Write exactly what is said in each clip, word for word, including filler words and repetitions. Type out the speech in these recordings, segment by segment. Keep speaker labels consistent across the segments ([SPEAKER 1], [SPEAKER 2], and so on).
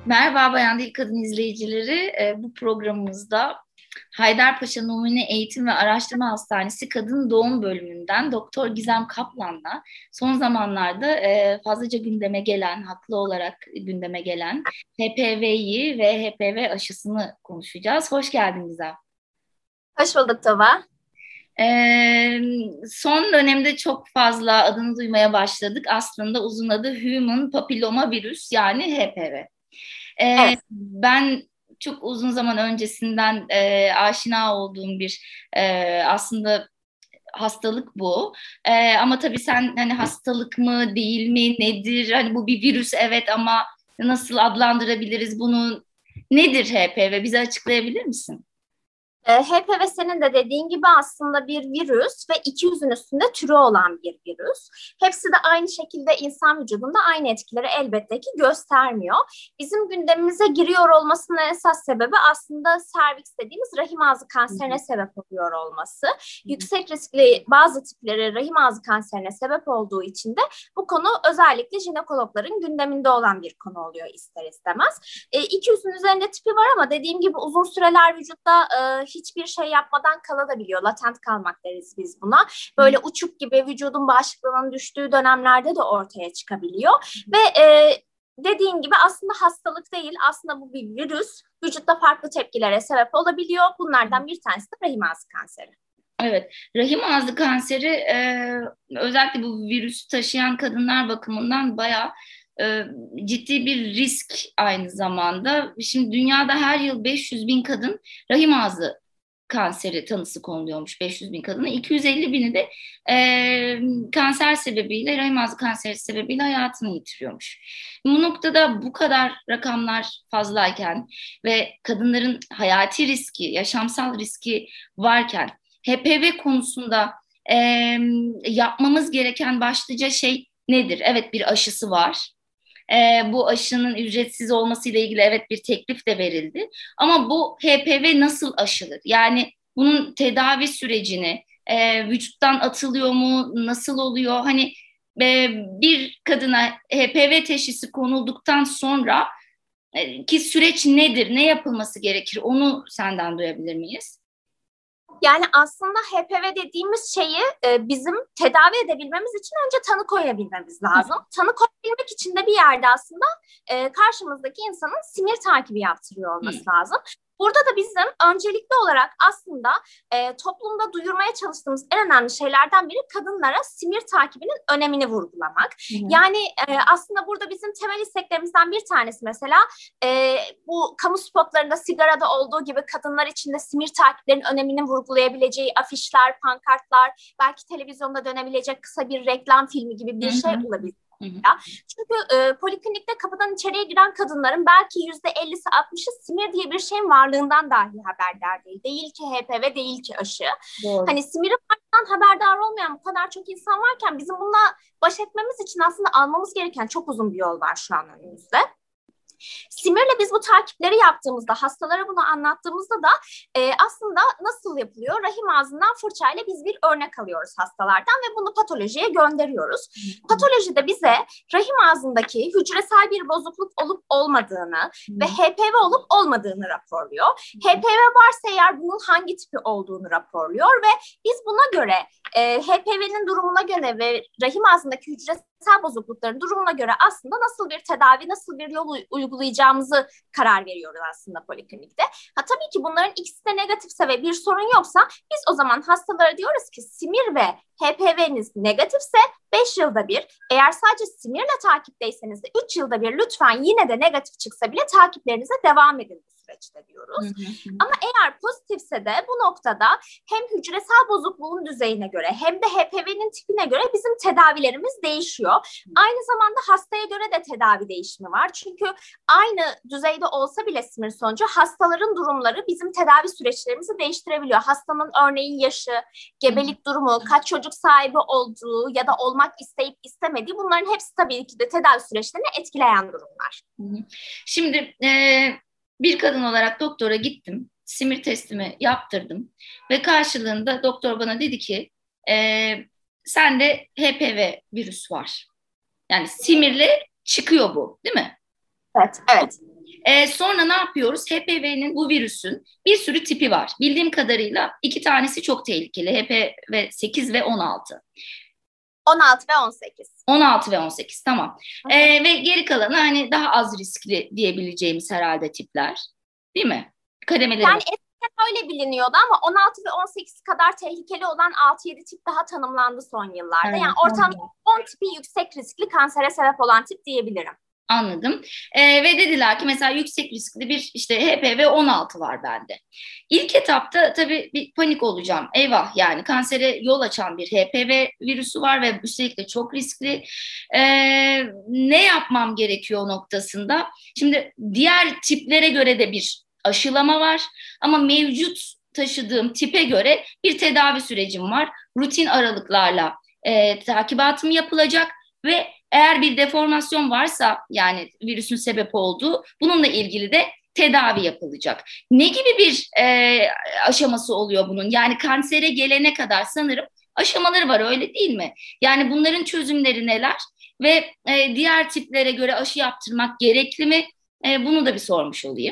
[SPEAKER 1] Merhaba Bayan Dil Kadın izleyicileri. Ee, bu programımızda Haydarpaşa Numune Eğitim ve Araştırma Hastanesi Kadın Doğum Bölümünden Doktor Gizem Kaplan'la son zamanlarda e, fazlaca gündeme gelen, haklı olarak gündeme gelen H P V'yi ve H P V aşısını konuşacağız. Hoş geldin Gizem.
[SPEAKER 2] Hoş bulduk Tuba.
[SPEAKER 1] Ee, son dönemde çok fazla adını duymaya başladık. Aslında uzun adı Human Papilloma Virüs, yani H P V. Ee,
[SPEAKER 2] Evet.
[SPEAKER 1] ben çok uzun zaman öncesinden e, aşina olduğum bir e, aslında hastalık bu. E, ama tabii sen hani hastalık mı değil mi nedir? Hani bu bir virüs, evet, ama nasıl adlandırabiliriz bunu? Nedir H P V? Bize açıklayabilir misin?
[SPEAKER 2] E, H P V senin de dediğin gibi aslında bir virüs ve iki yüzün üstünde türü olan bir virüs. Hepsi de aynı şekilde insan vücudunda aynı etkileri elbette ki göstermiyor. Bizim gündemimize giriyor olmasının esas sebebi aslında serviks dediğimiz rahim ağzı
[SPEAKER 1] Hı
[SPEAKER 2] kanserine
[SPEAKER 1] hı,
[SPEAKER 2] sebep oluyor olması.
[SPEAKER 1] hı hı,
[SPEAKER 2] Yüksek riskli bazı tipleri rahim ağzı kanserine sebep olduğu için de bu konu özellikle jinekologların gündeminde olan bir konu oluyor ister istemez. E, iki yüzün üzerinde tipi var ama dediğim gibi uzun süreler vücutta e, hiçbir şey yapmadan kalabiliyor. Latent kalmak deriz biz buna.
[SPEAKER 1] hı
[SPEAKER 2] Böyle uçuk gibi vücudun bağışıklığının düştüğü dönemlerde de ortaya çıkabiliyor. Ve e, dediğin gibi aslında hastalık değil, aslında bu bir virüs. Vücutta farklı tepkilere sebep olabiliyor.
[SPEAKER 1] hı.
[SPEAKER 2] Bunlardan bir tanesi de rahim ağzı kanseri.
[SPEAKER 1] Evet, rahim ağzı kanseri e, özellikle bu virüsü taşıyan kadınlar bakımından bayağı e, ciddi bir risk aynı zamanda. Şimdi dünyada her yıl beş yüz bin kadın rahim ağzı kanseri tanısı konuluyormuş, beş yüz bin kadına. iki yüz elli bini de e, kanser sebebiyle, rahim ağzı kanseri sebebiyle hayatını yitiriyormuş. Bu noktada bu kadar rakamlar fazlayken ve kadınların hayati riski, yaşamsal riski varken H P V konusunda e, yapmamız gereken başlıca şey nedir? Evet, bir aşısı var. E, bu aşının ücretsiz olmasıyla ilgili evet bir teklif de verildi. Ama bu H P V nasıl aşılır? Yani bunun tedavi sürecini, e, vücuttan atılıyor mu, nasıl oluyor? Hani e, bir kadına H P V teşhisi konulduktan sonra e, ki süreç nedir, ne yapılması gerekir? Onu senden duyabilir miyiz?
[SPEAKER 2] Yani aslında H P V dediğimiz şeyi e, bizim tedavi edebilmemiz için önce tanı koyabilmemiz lazım. Tanı koyabilmek için de bir yerde aslında e, karşımızdaki insanın simir takibi yaptırıyor
[SPEAKER 1] Hı,
[SPEAKER 2] olması lazım. Burada da bizim öncelikli olarak aslında e, toplumda duyurmaya çalıştığımız en önemli şeylerden biri kadınlara simir takibinin önemini vurgulamak.
[SPEAKER 1] hı, hı,
[SPEAKER 2] Yani e, aslında burada bizim temel isteklerimizden bir tanesi mesela e, bu kamu spotlarında sigarada olduğu gibi kadınlar için de simir takiplerinin önemini vurgulayabileceği afişler, pankartlar, belki televizyonda dönebilecek kısa bir reklam filmi gibi
[SPEAKER 1] hı,
[SPEAKER 2] bir şey
[SPEAKER 1] hı,
[SPEAKER 2] olabilir.
[SPEAKER 1] hı, hı.
[SPEAKER 2] Çünkü e, poliklinikte kapıdan içeriye giren kadınların belki yüzde ellisi altmışı simir diye bir şeyin varlığından dahi haberdar değil. Değil ki H P V, değil ki aşı.
[SPEAKER 1] Doğru.
[SPEAKER 2] Hani simirin varlığından haberdar olmayan bu kadar çok insan varken bizim bununla baş etmemiz için aslında almamız gereken çok uzun bir yol var şu an önümüzde. Simir'le biz bu takipleri yaptığımızda, hastalara bunu anlattığımızda da e, aslında nasıl yapılıyor? Rahim ağzından fırçayla biz bir örnek alıyoruz hastalardan ve bunu patolojiye gönderiyoruz. Patolojide bize rahim ağzındaki hücresel bir bozukluk olup olmadığını ve H P V olup olmadığını raporluyor. H P V varsa eğer bunun hangi tipi olduğunu raporluyor ve biz buna göre e, H P V'nin durumuna göre ve rahim ağzındaki hücresel bozuklukların durumuna göre aslında nasıl bir tedavi, nasıl bir yol uygulayacağımızı karar veriyoruz aslında poliklinikte. Ha, tabii ki bunların ikisi de negatifse ve bir sorun yoksa biz o zaman hastalara diyoruz ki simir ve H P V'niz negatifse beş yılda bir, eğer sadece simirle takipteyseniz de üç yılda bir lütfen yine de negatif çıksa bile takiplerinize devam edin bu süreçte
[SPEAKER 1] Hı
[SPEAKER 2] diyoruz.
[SPEAKER 1] hı, hı.
[SPEAKER 2] Ama eğer pozitifse de bu noktada hem hücresel bozukluğun düzeyine göre hem de H P V'nin tipine göre bizim tedavilerimiz değişiyor. Aynı zamanda hastaya göre de tedavi değişimi var. Çünkü aynı düzeyde olsa bile simir sonucu hastaların durumları bizim tedavi süreçlerimizi değiştirebiliyor. Hastanın örneğin yaşı, gebelik durumu, kaç çocuk sahibi olduğu ya da olmak isteyip istemediği, bunların hepsi tabii ki de tedavi süreçlerini etkileyen durumlar.
[SPEAKER 1] Hı hı. Şimdi e, bir kadın olarak doktora gittim, simir testimi yaptırdım ve karşılığında doktor bana dedi ki e, sende H P V virüs var. Yani simirle çıkıyor bu, değil mi?
[SPEAKER 2] Evet, evet.
[SPEAKER 1] Ee, sonra ne yapıyoruz? H P V'nin, bu virüsün bir sürü tipi var. Bildiğim kadarıyla iki tanesi çok tehlikeli. H P V sekiz ve on altı.
[SPEAKER 2] on altı ve on sekiz.
[SPEAKER 1] on altı ve on sekiz, tamam. Ee, ve geri kalanı hani daha az riskli diyebileceğimiz herhalde tipler. Değil mi? Kademeleri
[SPEAKER 2] Yani
[SPEAKER 1] var.
[SPEAKER 2] eskiden öyle biliniyordu ama on altı ve on sekiz kadar tehlikeli olan altı yedi tip daha tanımlandı son yıllarda.
[SPEAKER 1] Evet,
[SPEAKER 2] Yani ortamda on tipi yüksek riskli kansere sebep olan tip diyebilirim.
[SPEAKER 1] Anladım. Ee, ve dediler ki mesela yüksek riskli bir işte H P V on altı var bende. İlk etapta tabii bir panik olacağım. Eyvah, yani kansere yol açan bir H P V virüsü var ve üstelik de çok riskli. Ee, ne yapmam gerekiyor noktasında? Şimdi diğer tiplere göre de bir aşılama var ama mevcut taşıdığım tipe göre bir tedavi sürecim var. Rutin aralıklarla e, takibatım yapılacak ve eğer bir deformasyon varsa, yani virüsün sebep olduğu, bununla ilgili de tedavi yapılacak. Ne gibi bir e, aşaması oluyor bunun? Yani kansere gelene kadar sanırım aşamaları var, öyle değil mi? Yani bunların çözümleri neler? Ve e, diğer tiplere göre aşı yaptırmak gerekli mi? E, bunu da bir sormuş olayım.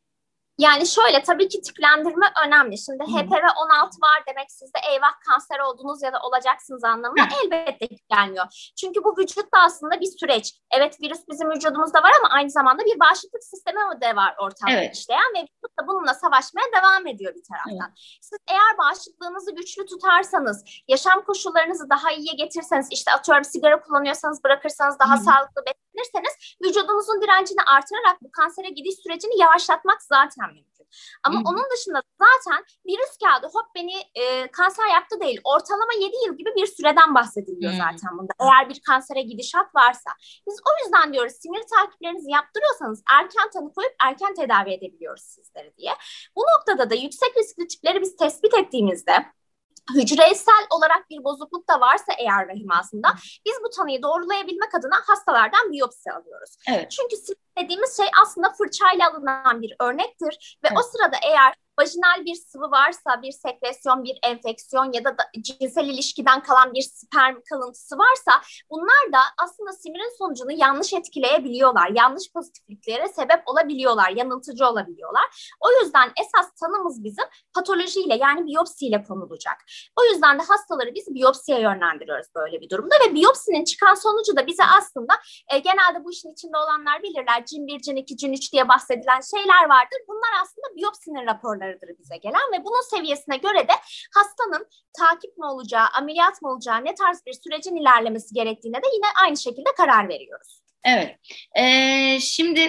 [SPEAKER 2] Yani şöyle, tabii ki tiplendirme önemli. Şimdi
[SPEAKER 1] Hı.
[SPEAKER 2] H P V on altı var demek sizde eyvah kanser oldunuz ya da olacaksınız anlamına
[SPEAKER 1] Hı.
[SPEAKER 2] elbette ki gelmiyor. Çünkü bu vücutta aslında bir süreç. Evet, virüs bizim vücudumuzda var ama aynı zamanda bir bağışıklık sistemi de var ortamda
[SPEAKER 1] Evet.
[SPEAKER 2] işleyen ve vücut da bununla savaşmaya devam ediyor bir taraftan. Evet. Siz eğer bağışıklığınızı güçlü tutarsanız, yaşam koşullarınızı daha iyiye getirseniz, işte atıyorum sigara kullanıyorsanız bırakırsanız, daha Hı. sağlıklı beslenirseniz vücudumuzun direncini artırarak bu kansere gidiş sürecini yavaşlatmak zaten mümkün. Ama hmm. onun dışında zaten virüs geldi hop beni e, kanser yaptı değil. Ortalama yedi yıl gibi bir süreden bahsediliyor hmm. zaten bunda. Eğer bir kansere gidişat varsa. Biz o yüzden diyoruz simir takiplerinizi yaptırıyorsanız erken tanı koyup erken tedavi edebiliyoruz sizleri diye. Bu noktada da yüksek riskli tipleri biz tespit ettiğimizde, hücresel olarak bir bozukluk da varsa eğer rahim ağzında, biz bu tanıyı doğrulayabilmek adına hastalardan biyopsi alıyoruz. Evet. Çünkü dediğimiz şey aslında fırçayla alınan bir örnektir ve evet. o sırada eğer vajinal bir sıvı varsa, bir sekresyon, bir enfeksiyon ya da, da cinsel ilişkiden kalan bir sperm kalıntısı varsa, bunlar da aslında simirin sonucunu yanlış etkileyebiliyorlar. Yanlış pozitifliklere sebep olabiliyorlar, yanıltıcı olabiliyorlar. O yüzden esas tanımız bizim patolojiyle, yani biyopsiyle konulacak. O yüzden de hastaları biz biyopsiye yönlendiriyoruz böyle bir durumda ve biyopsinin çıkan sonucu da bize aslında e, genelde bu işin içinde olanlar bilirler. cin bir, cin iki, cin üç diye bahsedilen şeyler vardır. Bunlar aslında biyopsinin raporları bize gelen ve bunun seviyesine göre de hastanın takip mi olacağı, ameliyat mı olacağı, ne tarz bir sürecin ilerlemesi gerektiğine de yine aynı şekilde karar veriyoruz.
[SPEAKER 1] Evet. Ee, şimdi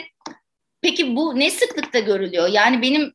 [SPEAKER 1] peki bu ne sıklıkta görülüyor? Yani benim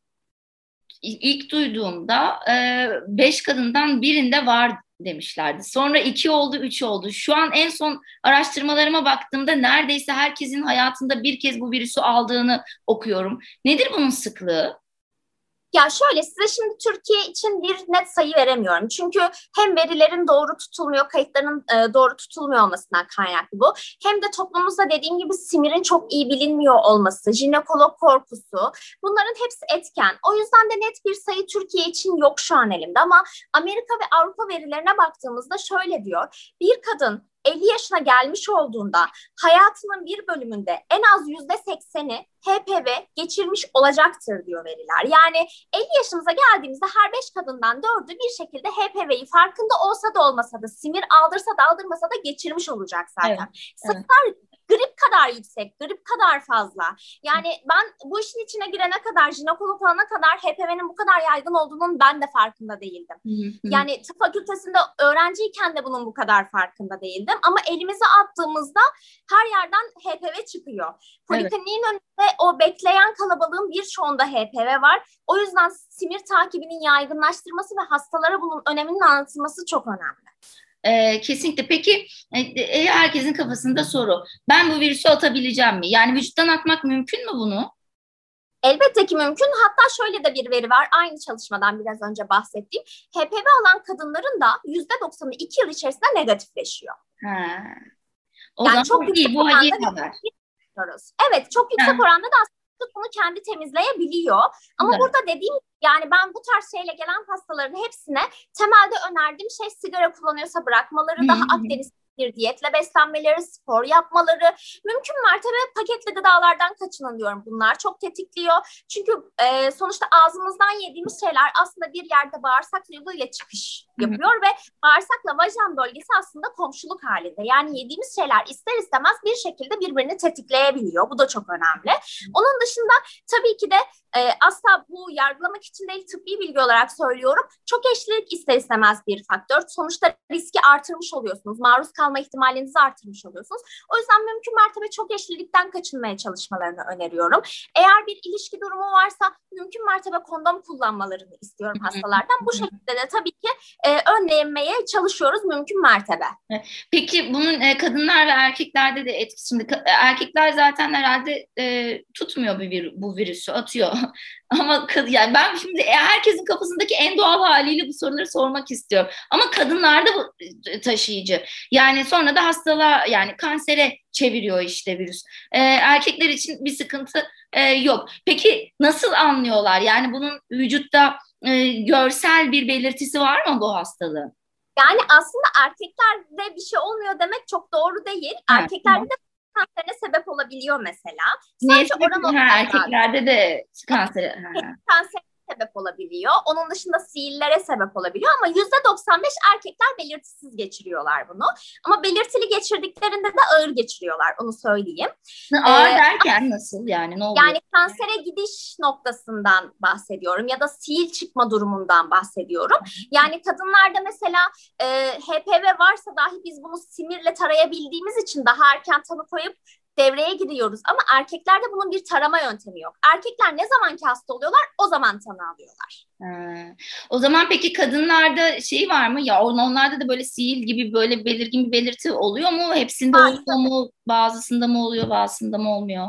[SPEAKER 1] ilk duyduğumda e, beş kadından birinde var demişlerdi. Sonra iki oldu, üç oldu. Şu an en son araştırmalarıma baktığımda neredeyse herkesin hayatında bir kez bu virüsü aldığını okuyorum. Nedir bunun sıklığı?
[SPEAKER 2] Ya şöyle, size şimdi Türkiye için bir net sayı veremiyorum. Çünkü hem verilerin doğru tutulmuyor, kayıtların e, doğru tutulmuyor olmasından kaynaklı bu. Hem de toplumumuzda dediğim gibi simirin çok iyi bilinmiyor olması, jinekolog korkusu, bunların hepsi etken. O yüzden de net bir sayı Türkiye için yok şu an elimde ama Amerika ve Avrupa verilerine baktığımızda şöyle diyor. Bir kadın elli yaşına gelmiş olduğunda hayatının bir bölümünde en az yüzde sekseni H P V geçirmiş olacaktır diyor veriler. Yani elli yaşımıza geldiğimizde her beş kadından dördü bir şekilde H P V'yi farkında olsa da olmasa da, simir aldırsa da aldırmasa da geçirmiş olacak zaten. Evet, sıklar evet. grip kadar yüksek, grip kadar fazla. Yani ben bu işin içine girene kadar, jinekolog olana kadar H P V'nin bu kadar yaygın olduğunun ben de farkında değildim. Yani tıp fakültesinde öğrenciyken de bunun bu kadar farkında değildim. Ama elimize attığımızda her yerden H P V çıkıyor. Polikliniğin evet. önünde o bekleyen kalabalığın birçoğunda H P V var. O yüzden simir takibinin yaygınlaştırması ve hastalara bunun öneminin anlatılması çok önemli.
[SPEAKER 1] Ee, kesinlikle. Peki e, herkesin kafasında soru. Ben bu virüsü atabileceğim mi? Yani vücuttan atmak mümkün mü bunu?
[SPEAKER 2] Elbette ki mümkün. Hatta şöyle de bir veri var. Aynı çalışmadan biraz önce bahsettiğim. H P V alan kadınların da yüzde doksanı iki yıl içerisinde negatifleşiyor.
[SPEAKER 1] Ha. O
[SPEAKER 2] yani
[SPEAKER 1] zaman
[SPEAKER 2] çok
[SPEAKER 1] iyi, bu iyi haber.
[SPEAKER 2] Evet, çok yüksek ha. oranda da aslında bunu kendi temizleyebiliyor. Ama evet. burada dediğim, yani ben bu tarz şeyle gelen hastaların hepsine temelde önerdiğim şey sigara kullanıyorsa bırakmaları, daha Akdeniz bir diyetle beslenmeleri, spor yapmaları, mümkün mertebe paketli gıdalardan kaçının diyorum. Bunlar çok tetikliyor. Çünkü e, sonuçta ağzımızdan yediğimiz şeyler aslında bir yerde bağırsak yoluyla çıkış yapıyor ve bağırsakla vajen bölgesi aslında komşuluk halinde. Yani yediğimiz şeyler ister istemez bir şekilde birbirini tetikleyebiliyor. Bu da çok önemli. Onun dışında tabii ki de e, asla bu yargılamak için değil, tıbbi bilgi olarak söylüyorum. Çok eşlilik ister istemez bir faktör. Sonuçta riski artırmış oluyorsunuz. Maruz kalma ihtimalinizi artırmış oluyorsunuz. O yüzden mümkün mertebe çok eşlilikten kaçınmaya çalışmalarını öneriyorum. Eğer bir ilişki durumu varsa mümkün mertebe kondom kullanmalarını istiyorum hastalardan. Bu şekilde de tabii ki e, önlemeye çalışıyoruz mümkün mertebe.
[SPEAKER 1] Peki bunun e, kadınlar ve erkeklerde de etkisi. Şimdi ka- erkekler zaten herhalde e, tutmuyor bu, vir- bu virüsü, atıyor. Ama kad- yani ben şimdi e, herkesin kafasındaki en doğal haliyle bu soruları sormak istiyorum. Ama kadınlarda bu e, taşıyıcı. Yani sonra da hastalığa, yani kansere çeviriyor işte virüs. E, erkekler için bir sıkıntı e, yok. Peki nasıl anlıyorlar? Yani bunun vücutta e, görsel bir belirtisi var mı bu hastalığın?
[SPEAKER 2] Yani aslında erkeklerde bir şey olmuyor demek çok doğru değil.
[SPEAKER 1] Ha,
[SPEAKER 2] Erkeklerde
[SPEAKER 1] tamam.
[SPEAKER 2] de kanserine sebep olabiliyor mesela.
[SPEAKER 1] Neye
[SPEAKER 2] Sadece
[SPEAKER 1] sebep
[SPEAKER 2] oran
[SPEAKER 1] oluyor? Ha,
[SPEAKER 2] olarak lazım.
[SPEAKER 1] erkeklerde de kanser. Ha.
[SPEAKER 2] Kansere sebep olabiliyor. Onun dışında siillere sebep olabiliyor ama yüzde doksan beş erkekler belirtisiz geçiriyorlar bunu. Ama belirtili geçirdiklerinde de ağır geçiriyorlar, onu söyleyeyim.
[SPEAKER 1] Ağır
[SPEAKER 2] Ee,
[SPEAKER 1] derken nasıl, yani ne oluyor?
[SPEAKER 2] Yani kansere gidiş noktasından bahsediyorum ya da sil çıkma durumundan bahsediyorum. Yani kadınlarda mesela e, H P V varsa dahi biz bunu simirle tarayabildiğimiz için daha erken tanı koyup devreye giriyoruz. Ama erkeklerde bunun bir tarama yöntemi yok. Erkekler ne zamanki hasta oluyorlar o zaman tanı alıyorlar.
[SPEAKER 1] Ha. O zaman peki kadınlarda şey var mı? Ya on- onlarda da böyle sihir gibi böyle belirgin bir belirti oluyor mu? Hepsinde
[SPEAKER 2] Var,
[SPEAKER 1] oluyor mu? Bazısında mı oluyor, bazısında mı olmuyor?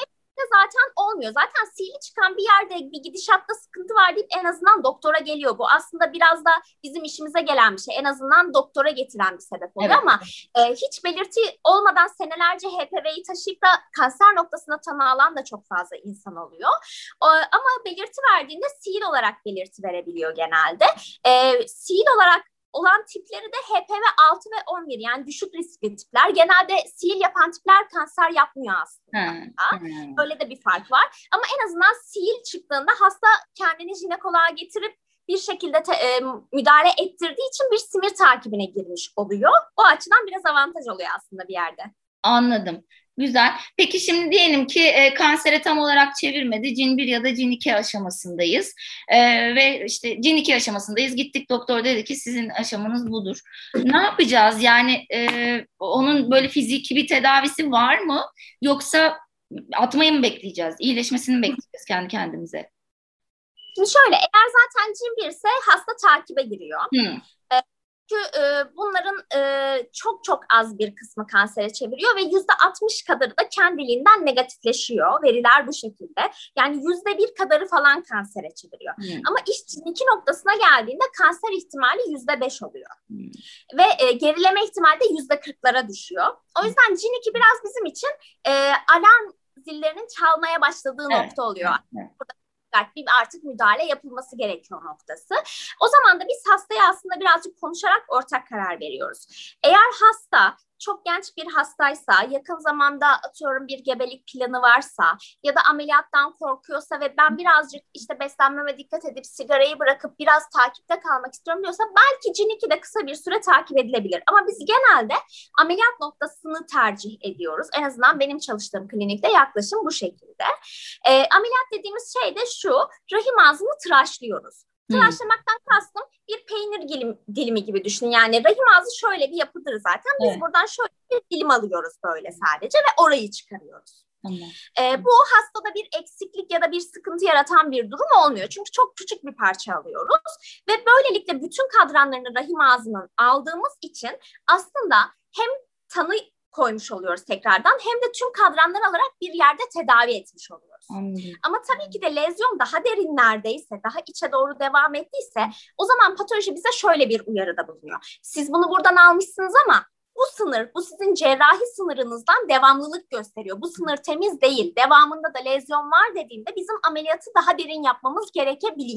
[SPEAKER 2] zaten olmuyor. Zaten sihirli çıkan bir yerde bir gidişatta sıkıntı var deyip en azından doktora geliyor. Bu aslında biraz da bizim işimize gelen bir şey. En azından doktora getiren bir sebep oluyor
[SPEAKER 1] Evet.
[SPEAKER 2] ama e, hiç belirti olmadan senelerce H P V'yi taşıyıp da kanser noktasına tanı alan da çok fazla insan oluyor. E, ama belirti verdiğinde sihir olarak belirti verebiliyor genelde. E, sihir olarak olan tipleri de H P V altı ve on bir, yani düşük riskli tipler. Genelde sil yapan tipler kanser yapmıyor aslında.
[SPEAKER 1] Ha. Ha.
[SPEAKER 2] Öyle de bir fark var. Ama en azından sil çıktığında hasta kendini jinekoloğa getirip bir şekilde te, e, müdahale ettirdiği için bir simir takibine girmiş oluyor. O açıdan biraz avantaj oluyor aslında bir yerde.
[SPEAKER 1] Anladım. Güzel. Peki şimdi diyelim ki e, kansere tam olarak çevirmedi. Cin bir ya da cin iki aşamasındayız. E, ve işte cin iki aşamasındayız. Gittik, doktor dedi ki sizin aşamanız budur. Ne yapacağız? Yani e, onun böyle fiziki bir tedavisi var mı? Yoksa atmayı mı bekleyeceğiz? İyileşmesini mi bekleyeceğiz kendi kendimize?
[SPEAKER 2] Şimdi şöyle, eğer zaten cin bir ise hasta takibe giriyor.
[SPEAKER 1] Hmm.
[SPEAKER 2] Çünkü e, bunların e, çok çok az bir kısmı kansere çeviriyor ve yüzde altmış kadarı da kendiliğinden negatifleşiyor. Veriler bu şekilde. Yani yüzde bir kadarı falan kansere çeviriyor. Hmm. Ama iş cin iki noktasına geldiğinde kanser ihtimali yüzde beş oluyor. Hmm. Ve e, gerileme ihtimali de yüzde kırklara düşüyor. O yüzden cin iki biraz bizim için e, alarm zillerinin çalmaya başladığı evet. nokta oluyor. Evet. Burada bir artık müdahale yapılması gerekiyor noktası. O zaman da biz hastaya aslında birazcık konuşarak ortak karar veriyoruz. Eğer hasta çok genç bir hastaysa, yakın zamanda atıyorum bir gebelik planı varsa ya da ameliyattan korkuyorsa ve ben birazcık işte beslenmeme dikkat edip sigarayı bırakıp biraz takipte kalmak istiyorum diyorsa belki cin iki de kısa bir süre takip edilebilir. Ama biz genelde ameliyat noktasını tercih ediyoruz. En azından benim çalıştığım klinikte yaklaşım bu şekilde. E, ameliyat dediğimiz şey de şu, rahim ağzını tıraşlıyoruz. Tıraşlamaktan kastım bir peynir dilim, dilimi gibi düşünün. Yani rahim ağzı şöyle bir yapıdır zaten. Biz evet. buradan şöyle bir dilim alıyoruz böyle sadece ve orayı çıkarıyoruz. Tamam. Ee, bu hastada bir eksiklik ya da bir sıkıntı yaratan bir durum olmuyor. Çünkü çok küçük bir parça alıyoruz. Ve böylelikle bütün kadranlarını rahim ağzının aldığımız için aslında hem tanı koymuş oluyoruz tekrardan hem de tüm kadranları alarak bir yerde tedavi etmiş oluyoruz. Anladım. Ama tabii ki de lezyon daha derinlerdeyse, daha içe doğru devam ettiyse o zaman patoloji bize şöyle bir uyarıda bulunuyor. Siz bunu buradan almışsınız ama bu sınır, bu sizin cerrahi sınırınızdan devamlılık gösteriyor. Bu sınır temiz değil, devamında da lezyon var dediğinde bizim ameliyatı daha derin yapmamız gerekebiliyor.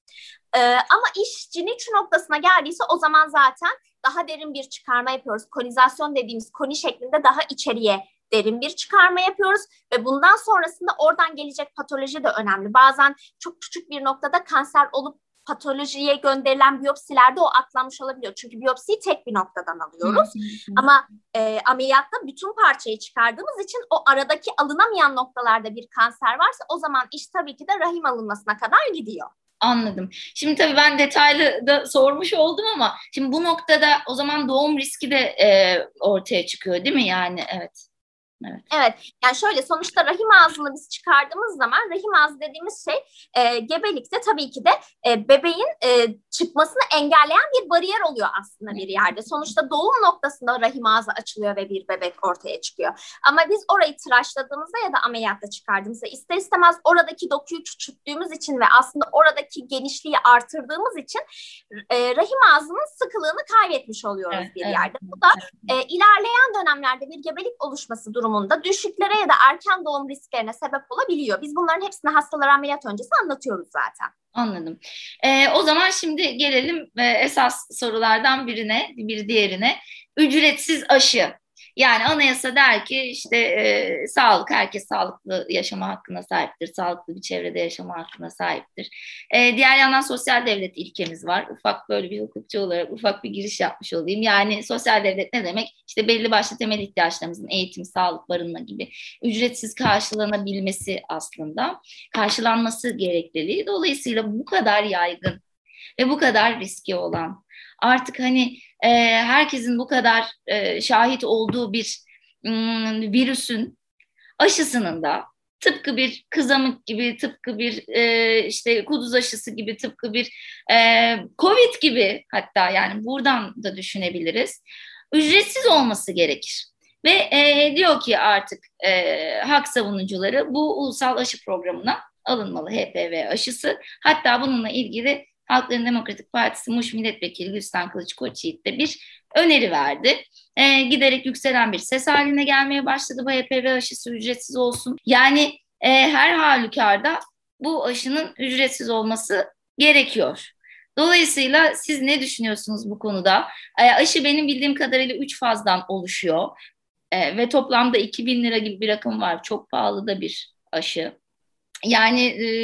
[SPEAKER 2] Ee, ama iş Ciniçi noktasına geldiyse o zaman zaten daha derin bir çıkarma yapıyoruz. Konizasyon dediğimiz koni şeklinde daha içeriye derin bir çıkarma yapıyoruz ve bundan sonrasında oradan gelecek patoloji de önemli. Bazen çok küçük bir noktada kanser olup patolojiye gönderilen biyopsilerde o atlanmış olabiliyor. Çünkü biyopsiyi tek bir noktadan alıyoruz. Hı hı. Ama e, ameliyatta bütün parçayı çıkardığımız için o aradaki alınamayan noktalarda bir kanser varsa o zaman iş tabii ki de rahim alınmasına kadar gidiyor.
[SPEAKER 1] Anladım. Şimdi tabii ben detaylı da sormuş oldum ama şimdi bu noktada o zaman doğum riski de e, ortaya çıkıyor değil mi yani? Evet.
[SPEAKER 2] Evet. Evet, yani şöyle sonuçta rahim ağzını biz çıkardığımız zaman rahim ağzı dediğimiz şey e, gebelikte tabii ki de e, bebeğin e, çıkmasını engelleyen bir bariyer oluyor aslında bir yerde. Sonuçta doğum noktasında rahim ağzı açılıyor ve bir bebek ortaya çıkıyor. Ama biz orayı tıraşladığımızda ya da ameliyatta çıkardığımızda ister istemez oradaki dokuyu küçülttüğümüz için ve aslında oradaki genişliği artırdığımız için e, rahim ağzının sıkılığını kaybetmiş oluyoruz evet, bir evet, yerde. Bu da e, ilerleyen dönemlerde bir gebelik oluşması durumu durumunda düşüklere ya da erken doğum risklerine sebep olabiliyor. Biz bunların hepsini hastalara ameliyat öncesi anlatıyoruz zaten.
[SPEAKER 1] Anladım. Ee, o zaman şimdi gelelim e, esas sorulardan birine, bir diğerine. Ücretsiz aşı. Yani anayasa der ki işte e, sağlık, herkes sağlıklı yaşama hakkına sahiptir. Sağlıklı bir çevrede yaşama hakkına sahiptir. E, diğer yandan sosyal devlet ilkemiz var. Ufak böyle bir hukukçu olarak ufak bir giriş yapmış olayım. Yani sosyal devlet ne demek? İşte belli başlı temel ihtiyaçlarımızın eğitim, sağlık, barınma gibi ücretsiz karşılanabilmesi aslında. Karşılanması gerekliliği. Dolayısıyla bu kadar yaygın ve bu kadar riski olan artık hani e, herkesin bu kadar e, şahit olduğu bir m, virüsün aşısının da tıpkı bir kızamık gibi, tıpkı bir e, işte kuduz aşısı gibi, tıpkı bir e, Covid gibi hatta yani buradan da düşünebiliriz. Ücretsiz olması gerekir. Ve e, diyor ki artık e, hak savunucuları bu ulusal aşı programına alınmalı H P V aşısı. Hatta bununla ilgili Halkların Demokratik Partisi Muş Milletvekili Gülistan Kılıç-Koçyiğit de bir öneri verdi. E, giderek yükselen bir ses haline gelmeye başladı bu H P V aşısı ücretsiz olsun. Yani e, her halükarda bu aşının ücretsiz olması gerekiyor. Dolayısıyla siz ne düşünüyorsunuz bu konuda? E, aşı benim bildiğim kadarıyla üç fazdan oluşuyor. E, ve toplamda iki bin lira gibi bir rakım var. Çok pahalı da bir aşı. Yani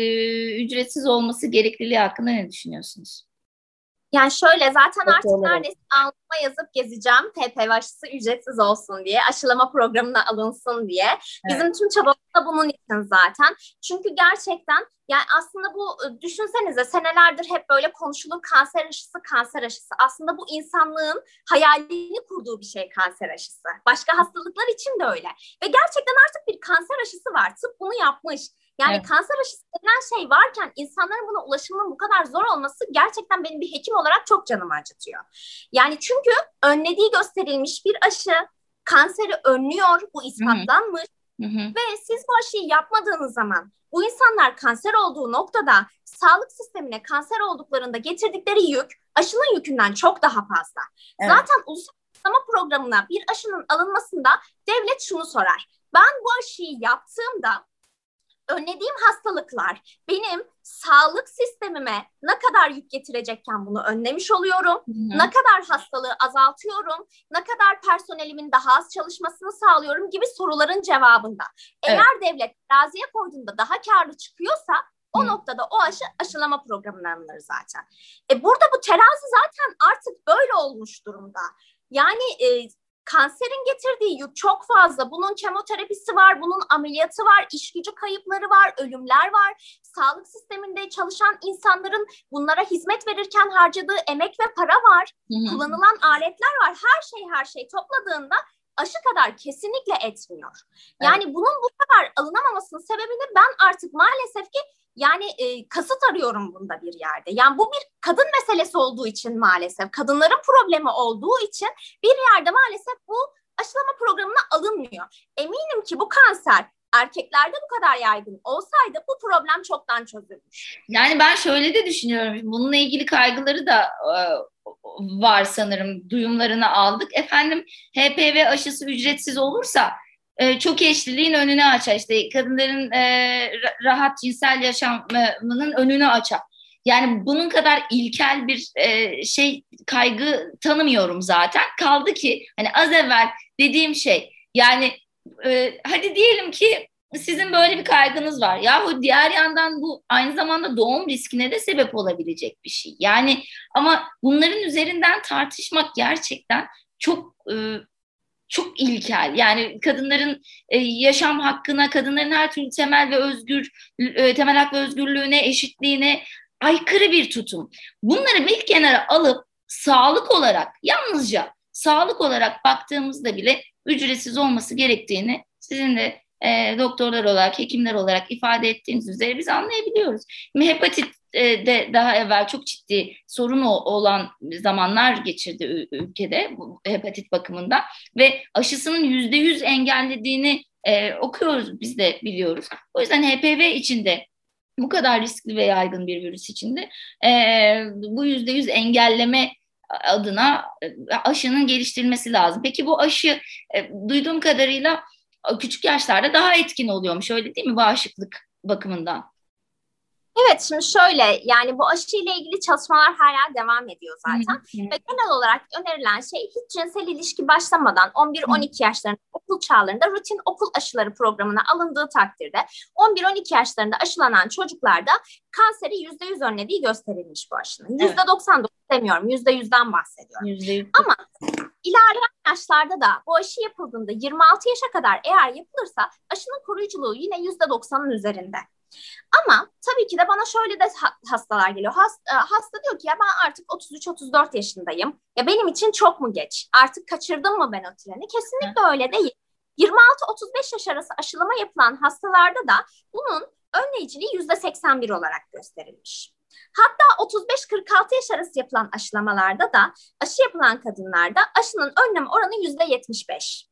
[SPEAKER 1] e, ücretsiz olması gerekliliği hakkında ne düşünüyorsunuz?
[SPEAKER 2] Yani şöyle zaten artık neredeyse alnıma yazıp gezeceğim H P V aşısı ücretsiz olsun diye, aşılama programına alınsın diye. Bizim evet. Tüm çabamız da bunun için zaten. Çünkü gerçekten yani aslında bu düşünsenize senelerdir hep böyle konuşulur kanser aşısı, kanser aşısı. Aslında bu insanlığın hayalini kurduğu bir şey kanser aşısı. Başka hastalıklar için de öyle. Ve gerçekten artık bir kanser aşısı var. Tıp bunu yapmış. Yani evet. Kanser aşısı denen şey varken insanların buna ulaşımının bu kadar zor olması gerçekten benim bir hekim olarak çok canımı acıtıyor. Yani çünkü önlediği gösterilmiş bir aşı kanseri önlüyor, bu ispatlanmış. Hı hı. Ve siz bu aşıyı yapmadığınız zaman bu insanlar kanser olduğu noktada sağlık sistemine kanser olduklarında getirdikleri yük aşının yükünden çok daha fazla. Evet. Zaten ulusal aşılama programına bir aşının alınmasında devlet şunu sorar. Ben bu aşıyı yaptığımda önlediğim hastalıklar benim sağlık sistemime ne kadar yük getirecekken bunu önlemiş oluyorum. Hı-hı. Ne kadar hastalığı azaltıyorum, ne kadar personelimin daha az çalışmasını sağlıyorum gibi soruların cevabında. Evet. Eğer devlet teraziye koyduğunda daha karlı çıkıyorsa o Hı. noktada o aşı aşılama programına alınır zaten. E burada bu terazi zaten artık böyle olmuş durumda. Yani e, kanserin getirdiği yük çok fazla. Bunun kemoterapisi var, bunun ameliyatı var, iş gücü kayıpları var, ölümler var. Sağlık sisteminde çalışan insanların bunlara hizmet verirken harcadığı emek ve para var. Hı-hı. Kullanılan aletler var. Her şey her şey topladığında aşı kadar kesinlikle etmiyor. Yani evet. Bunun bu kadar alınamamasının sebebini ben artık maalesef ki yani e, kasıt arıyorum bunda bir yerde. Yani bu bir kadın meselesi olduğu için maalesef, kadınların problemi olduğu için bir yerde maalesef bu aşılama programına alınmıyor. Eminim ki bu kanser erkeklerde bu kadar yaygın olsaydı bu problem çoktan çözülmüş.
[SPEAKER 1] Yani ben şöyle de düşünüyorum. Bununla ilgili kaygıları da e, var sanırım. Duyumlarını aldık. Efendim H P V aşısı ücretsiz olursa Ee, çok eşliliğin önünü açar. İşte kadınların e, rahat cinsel yaşamının önünü açar. Yani bunun kadar ilkel bir e, şey kaygı tanımıyorum zaten. Kaldı ki hani az evvel dediğim şey, yani e, hadi diyelim ki sizin böyle bir kaygınız var. Yahu diğer yandan bu aynı zamanda doğum riskine de sebep olabilecek bir şey. Yani ama bunların üzerinden tartışmak gerçekten çok e, çok ilkel. Yani kadınların e, yaşam hakkına, kadınların her türlü temel ve özgür e, temel hak ve özgürlüğüne, eşitliğine aykırı bir tutum. Bunları bir kenara alıp sağlık olarak, yalnızca sağlık olarak baktığımızda bile ücretsiz olması gerektiğini sizin de e, doktorlar olarak, hekimler olarak ifade ettiğiniz üzere biz anlayabiliyoruz. Hepatit e, de daha evvel çok ciddi sorun olan zamanlar geçirdi ülkede bu hepatit bakımından ve aşısının yüzde yüz engellediğini e, okuyoruz, biz de biliyoruz. O yüzden H P V içinde, bu kadar riskli ve yaygın bir virüs içinde e, bu yüzde yüz engelleme adına e, aşının geliştirilmesi lazım. Peki bu aşı e, duyduğum kadarıyla küçük yaşlarda daha etkin oluyormuş, öyle değil mi, bağışıklık bakımından?
[SPEAKER 2] Evet, şimdi şöyle, yani bu aşı ile ilgili çalışmalar hala devam ediyor zaten. Ve genel olarak önerilen şey, hiç cinsel ilişki başlamadan on bir on iki yaşlarında, okul çağlarında rutin okul aşıları programına alındığı takdirde on bir on iki yaşlarında aşılanan çocuklarda kanseri yüzde yüz önlediği gösterilmiş bu aşının. Yüzde doksan dokuz demiyorum, yüzde yüzden bahsediyorum. yüzde yüz. Ama ilerleyen yaşlarda da bu aşı yapıldığında yirmi altı yaşa kadar eğer yapılırsa aşının koruyuculuğu yine yüzde doksanın üzerinde. Ama tabii ki de bana şöyle de hastalar geliyor. Hasta, hasta diyor ki ya ben artık otuz üç otuz dört yaşındayım. Ya benim için çok mu geç? Artık kaçırdım mı ben o treni? Kesinlikle öyle değil. yirmi altı otuz beş yaş arası aşılama yapılan hastalarda da bunun önleyiciliği yüzde seksen bir olarak gösterilmiş. Hatta otuz beş kırk altı yaş arası yapılan aşılamalarda da aşı yapılan kadınlarda aşının önleme oranı yüzde yetmiş beş.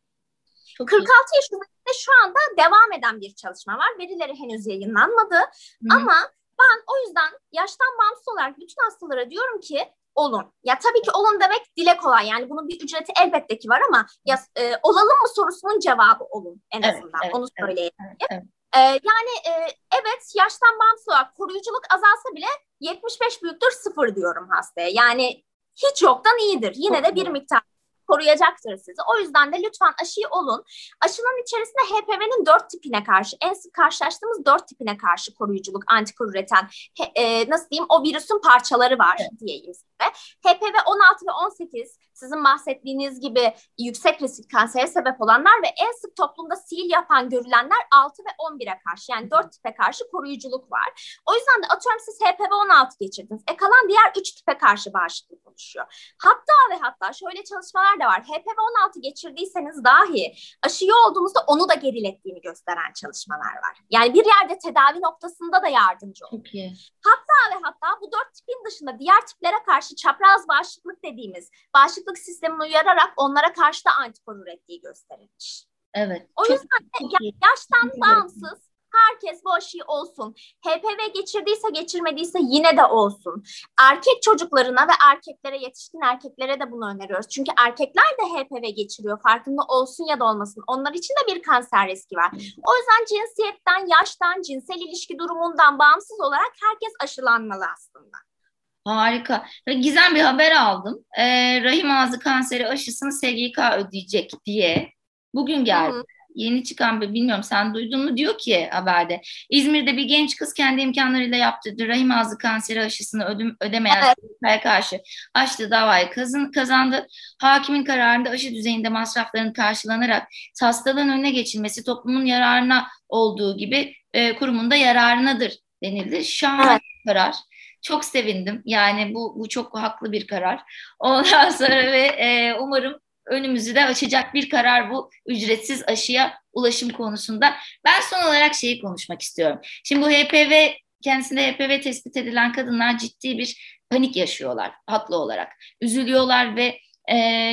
[SPEAKER 2] kırk altı yaş üzerinde şu anda devam eden bir çalışma var. Verileri henüz yayınlanmadı. Hı. Ama ben o yüzden yaştan bağımsız olarak bütün hastalara diyorum ki olun. Ya tabii ki olun demek dile kolay. Yani bunun bir ücreti elbette ki var ama ya, e, olalım mı sorusunun cevabı olun en azından. Evet, evet, onu söyleyeyim. Evet, evet. Ee, yani e, evet, yaştan bağımsız olarak koruyuculuk azalsa bile yetmiş beş büyüktür sıfır diyorum hastaya. Yani hiç yoktan iyidir. Yine çok de bir miktar koruyacaktır sizi. O yüzden de lütfen aşıyı olun. Aşının içerisinde H P V'nin dört tipine karşı, en sık karşılaştığımız dört tipine karşı koruyuculuk, antikor üreten, he, e, nasıl diyeyim, o virüsün parçaları var, evet, diyeyim size. H P V on altı ve on sekiz sizin bahsettiğiniz gibi yüksek risk kansere sebep olanlar ve en sık toplumda sihir yapan görülenler altı ve on bire karşı, yani dört tipe karşı koruyuculuk var. O yüzden de atıyorum siz H P V on altı geçirdiniz. E kalan diğer üç tipe karşı bağışıklık oluşuyor. Hatta ve hatta şöyle çalışmalar da var. H P V on altı geçirdiyseniz dahi aşıyı olduğunuzda onu da gerilettiğini gösteren çalışmalar var. Yani bir yerde tedavi noktasında da yardımcı oluyor. Hatta ve hatta bu dört tipin dışında diğer tiplere karşı çapraz bağışıklık dediğimiz bağışıklık sistemini uyararak onlara karşı da antikor ürettiği gösterilmiş.
[SPEAKER 1] Evet.
[SPEAKER 2] O
[SPEAKER 1] çok,
[SPEAKER 2] yüzden de çok yaştan iyi. Bağımsız herkes bu aşıyı olsun. H P V geçirdiyse geçirmediyse yine de olsun. Erkek çocuklarına ve erkeklere, yetişkin erkeklere de bunu öneriyoruz. Çünkü erkekler de H P V geçiriyor. Farkında olsun ya da olmasın. Onlar için de bir kanser riski var. O yüzden cinsiyetten, yaştan, cinsel ilişki durumundan bağımsız olarak herkes aşılanmalı aslında.
[SPEAKER 1] Harika. Gizem, bir haber aldım. Ee, rahim ağzı kanseri aşısını S G K ödeyecek diye. Bugün geldi. Hı-hı. Yeni çıkan bir, bilmiyorum sen duydun mu, diyor ki haberde. İzmir'de bir genç kız kendi imkanlarıyla yaptırdığı rahim ağzı kanseri aşısını ödüm, ödemeyen evet. karşı açtığı davayı kazın, kazandı. Hakimin kararında aşı düzeyinde masrafların karşılanarak hastalığın önüne geçilmesi toplumun yararına olduğu gibi e, kurumun da yararınadır denildi. Şahane evet. karar. Çok sevindim. Yani bu, bu çok haklı bir karar. Ondan sonra ve e, umarım önümüzü de açacak bir karar bu ücretsiz aşıya ulaşım konusunda. Ben son olarak şeyi konuşmak istiyorum. Şimdi bu H P V, kendisinde H P V tespit edilen kadınlar ciddi bir panik yaşıyorlar haklı olarak. Üzülüyorlar ve e,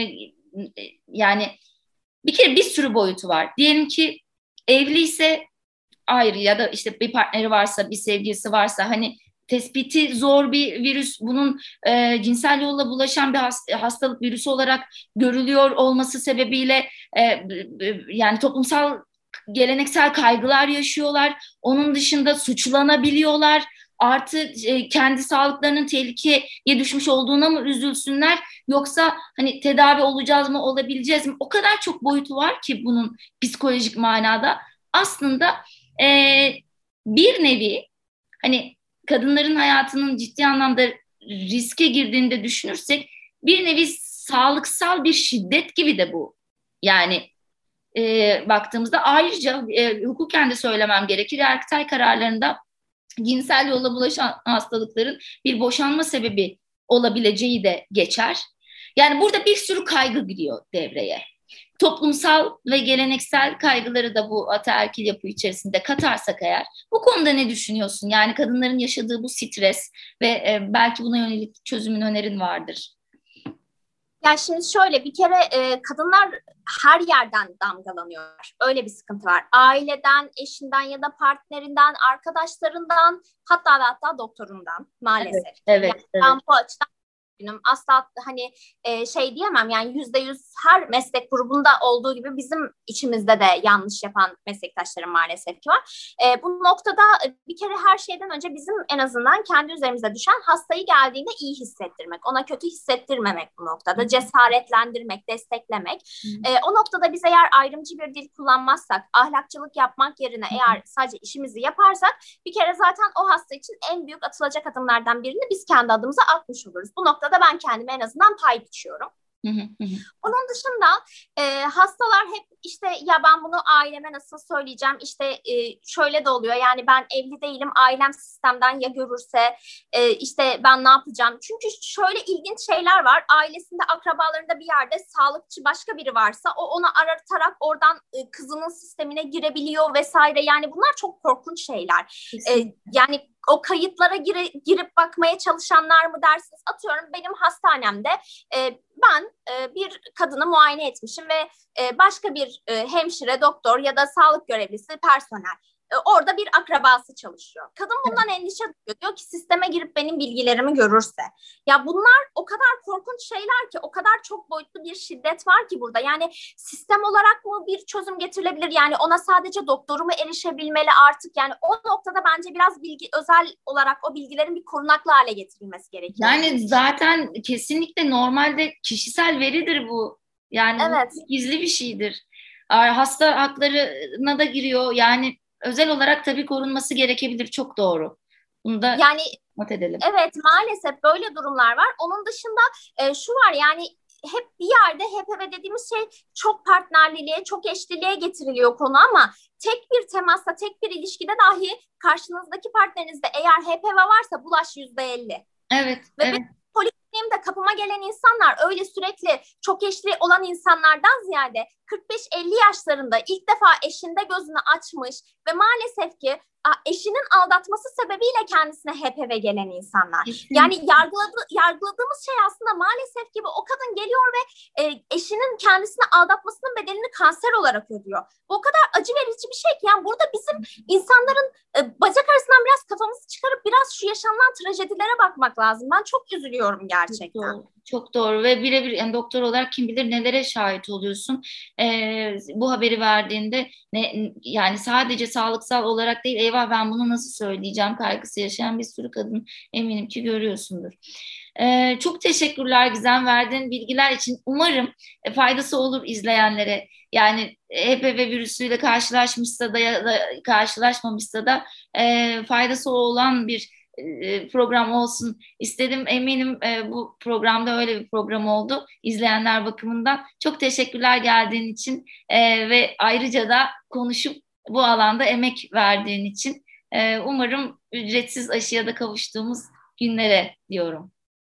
[SPEAKER 1] yani bir kere bir sürü boyutu var. Diyelim ki evliyse ayrı, ya da işte bir partneri varsa, bir sevgilisi varsa, hani tespiti zor bir virüs, bunun e, cinsel yolla bulaşan bir has, hastalık virüsü olarak görülüyor olması sebebiyle e, e, yani toplumsal geleneksel kaygılar yaşıyorlar. Onun dışında suçlanabiliyorlar. artı e, kendi sağlıklarının tehlikeye düşmüş olduğuna mı üzülsünler, yoksa hani tedavi olacağız mı, olabileceğiz mi? O kadar çok boyutu var ki bunun psikolojik manada. Aslında e, bir nevi hani kadınların hayatının ciddi anlamda riske girdiğinde düşünürsek, bir nevi sağlıksal bir şiddet gibi de bu. Yani e, baktığımızda ayrıca e, hukuken de söylemem gerekir. Yargıtay kararlarında cinsel yolla bulaşan hastalıkların bir boşanma sebebi olabileceği de geçer. Yani burada bir sürü kaygı giriyor devreye. Toplumsal ve geleneksel kaygıları da bu ataerkil yapı içerisinde katarsak eğer, bu konuda ne düşünüyorsun? Yani kadınların yaşadığı bu stres ve e, belki buna yönelik çözümün önerin vardır.
[SPEAKER 2] Yani şimdi şöyle, bir kere e, kadınlar her yerden damgalanıyor. Öyle bir sıkıntı var. Aileden, eşinden ya da partnerinden, arkadaşlarından, hatta ve hatta doktorundan maalesef.
[SPEAKER 1] Evet, evet,
[SPEAKER 2] yani
[SPEAKER 1] evet.
[SPEAKER 2] Ben bu açıdan üzgünüm. Asla hani e, şey diyemem, yani yüzde yüz her meslek grubunda olduğu gibi bizim içimizde de yanlış yapan meslektaşlarım maalesef ki var. E, bu noktada bir kere her şeyden önce bizim en azından kendi üzerimize düşen hastayı geldiğinde iyi hissettirmek, ona kötü hissettirmemek bu noktada, Hı-hı. cesaretlendirmek, desteklemek. E, o noktada biz eğer ayrımcı bir dil kullanmazsak, ahlakçılık yapmak yerine Hı-hı. eğer sadece işimizi yaparsak, bir kere zaten o hasta için en büyük atılacak adımlardan birini biz kendi adımıza atmış oluruz. Bu noktada da ben kendime en azından pay biçiyorum. Hı hı hı. Onun dışında e, hastalar hep işte ya ben bunu aileme nasıl söyleyeceğim, işte e, şöyle de oluyor, yani ben evli değilim, ailem sistemden ya görürse e, işte ben ne yapacağım? Çünkü şöyle ilginç şeyler var, ailesinde, akrabalarında bir yerde sağlıkçı başka biri varsa o onu aratarak oradan e, kızının sistemine girebiliyor vesaire, yani bunlar çok korkunç şeyler. E, yani o kayıtlara gire, girip bakmaya çalışanlar mı dersiniz? Atıyorum benim hastanemde e, ben e, bir kadını muayene etmişim ve e, başka bir e, hemşire, doktor ya da sağlık görevlisi, personel e, orada bir akrabası çalışıyor. Kadın bundan evet. endişe duyuyor. Diyor ki sisteme girip benim bilgilerimi görürse. Ya bunlar o kadar korkunç şeyler ki, o kadar çok boyutlu bir şiddet var ki burada. Yani sistem olarak mı bir çözüm getirilebilir? Yani ona sadece doktoru mu erişebilmeli artık? Yani o noktada bence biraz bilgi, özel olarak o bilgilerin bir korunaklı hale getirilmesi gerekiyor.
[SPEAKER 1] Yani zaten kesinlikle normalde kişisel veridir bu. Yani evet. bu gizli bir şeydir. Hasta haklarına da giriyor. Yani özel olarak tabii korunması gerekebilir. Çok doğru. Bunu da yani, not edelim.
[SPEAKER 2] Evet, maalesef böyle durumlar var. Onun dışında e, şu var, yani hep bir yerde H P V dediğimiz şey çok partnerliliğe, çok eşliliğe getiriliyor konu, ama tek bir temasta, tek bir ilişkide dahi karşınızdaki partnerinizde eğer H P V varsa bulaş yüzde elli.
[SPEAKER 1] Evet,
[SPEAKER 2] Ve
[SPEAKER 1] evet.
[SPEAKER 2] Polikliniğimde kapıma gelen insanlar öyle sürekli çok eşli olan insanlardan ziyade kırk beş elli yaşlarında ilk defa eşinde gözünü açmış ve maalesef ki eşinin aldatması sebebiyle kendisine H P V gelen insanlar. Kesinlikle. Yani yargıladı, yargıladığımız şey aslında maalesef ki o kadın geliyor ve e, eşinin kendisini aldatmasının bedelini kanser olarak ödüyor. Bu o kadar acı verici bir şey ki, yani burada bizim insanların e, bacak arasından biraz kafamızı çıkarıp biraz şu yaşanılan trajedilere bakmak lazım. Ben çok üzülüyorum gerçekten.
[SPEAKER 1] Çok doğru, çok doğru. Ve birebir yani doktor olarak kim bilir nelere şahit oluyorsun. Ee, bu haberi verdiğinde ne, yani sadece sağlıksal olarak değil, eyvah ben bunu nasıl söyleyeceğim kaygısı yaşayan bir sürü kadın eminim ki görüyorsundur. Ee, çok teşekkürler Gizem, verdiğin bilgiler için. Umarım e, faydası olur izleyenlere. Yani H P V virüsüyle karşılaşmışsa da ya da karşılaşmamışsa da e, faydası olan bir e, program olsun istedim. Eminim e, bu programda öyle bir program oldu izleyenler bakımından. Çok teşekkürler geldiğin için e, ve ayrıca da konuşup bu alanda emek verdiğin için. E, umarım ücretsiz aşıya da kavuştuğumuz günlere diyorum.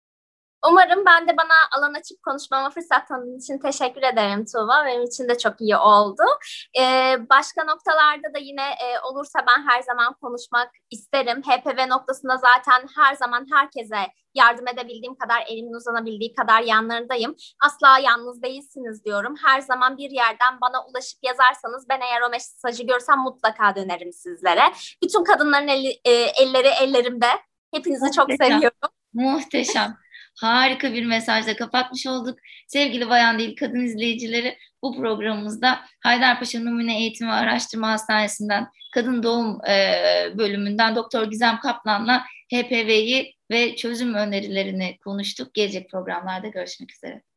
[SPEAKER 2] Umarım. Ben de bana alan açıp konuşmama fırsat tanıdığın için teşekkür ederim Tuğba. Benim için de çok iyi oldu. Ee, başka noktalarda da yine e, olursa ben her zaman konuşmak isterim. H P V noktasında zaten her zaman herkese yardım edebildiğim kadar, elimin uzanabildiği kadar yanlarındayım. Asla yalnız değilsiniz diyorum. Her zaman bir yerden bana ulaşıp yazarsanız ben eğer o mesajı görsem mutlaka dönerim sizlere. Bütün kadınların eli, e, elleri ellerimde. Hepinizi
[SPEAKER 1] Muhteşem.
[SPEAKER 2] çok seviyorum.
[SPEAKER 1] Muhteşem. harika bir mesajla kapatmış olduk. Sevgili Bayan Değil Kadın izleyicileri, bu programımızda Haydarpaşa Numune Eğitim ve Araştırma Hastanesi'nden kadın doğum e, bölümünden Doktor Gizem Kaplan'la H P V'yi ve çözüm önerilerini konuştuk. Gelecek programlarda görüşmek üzere.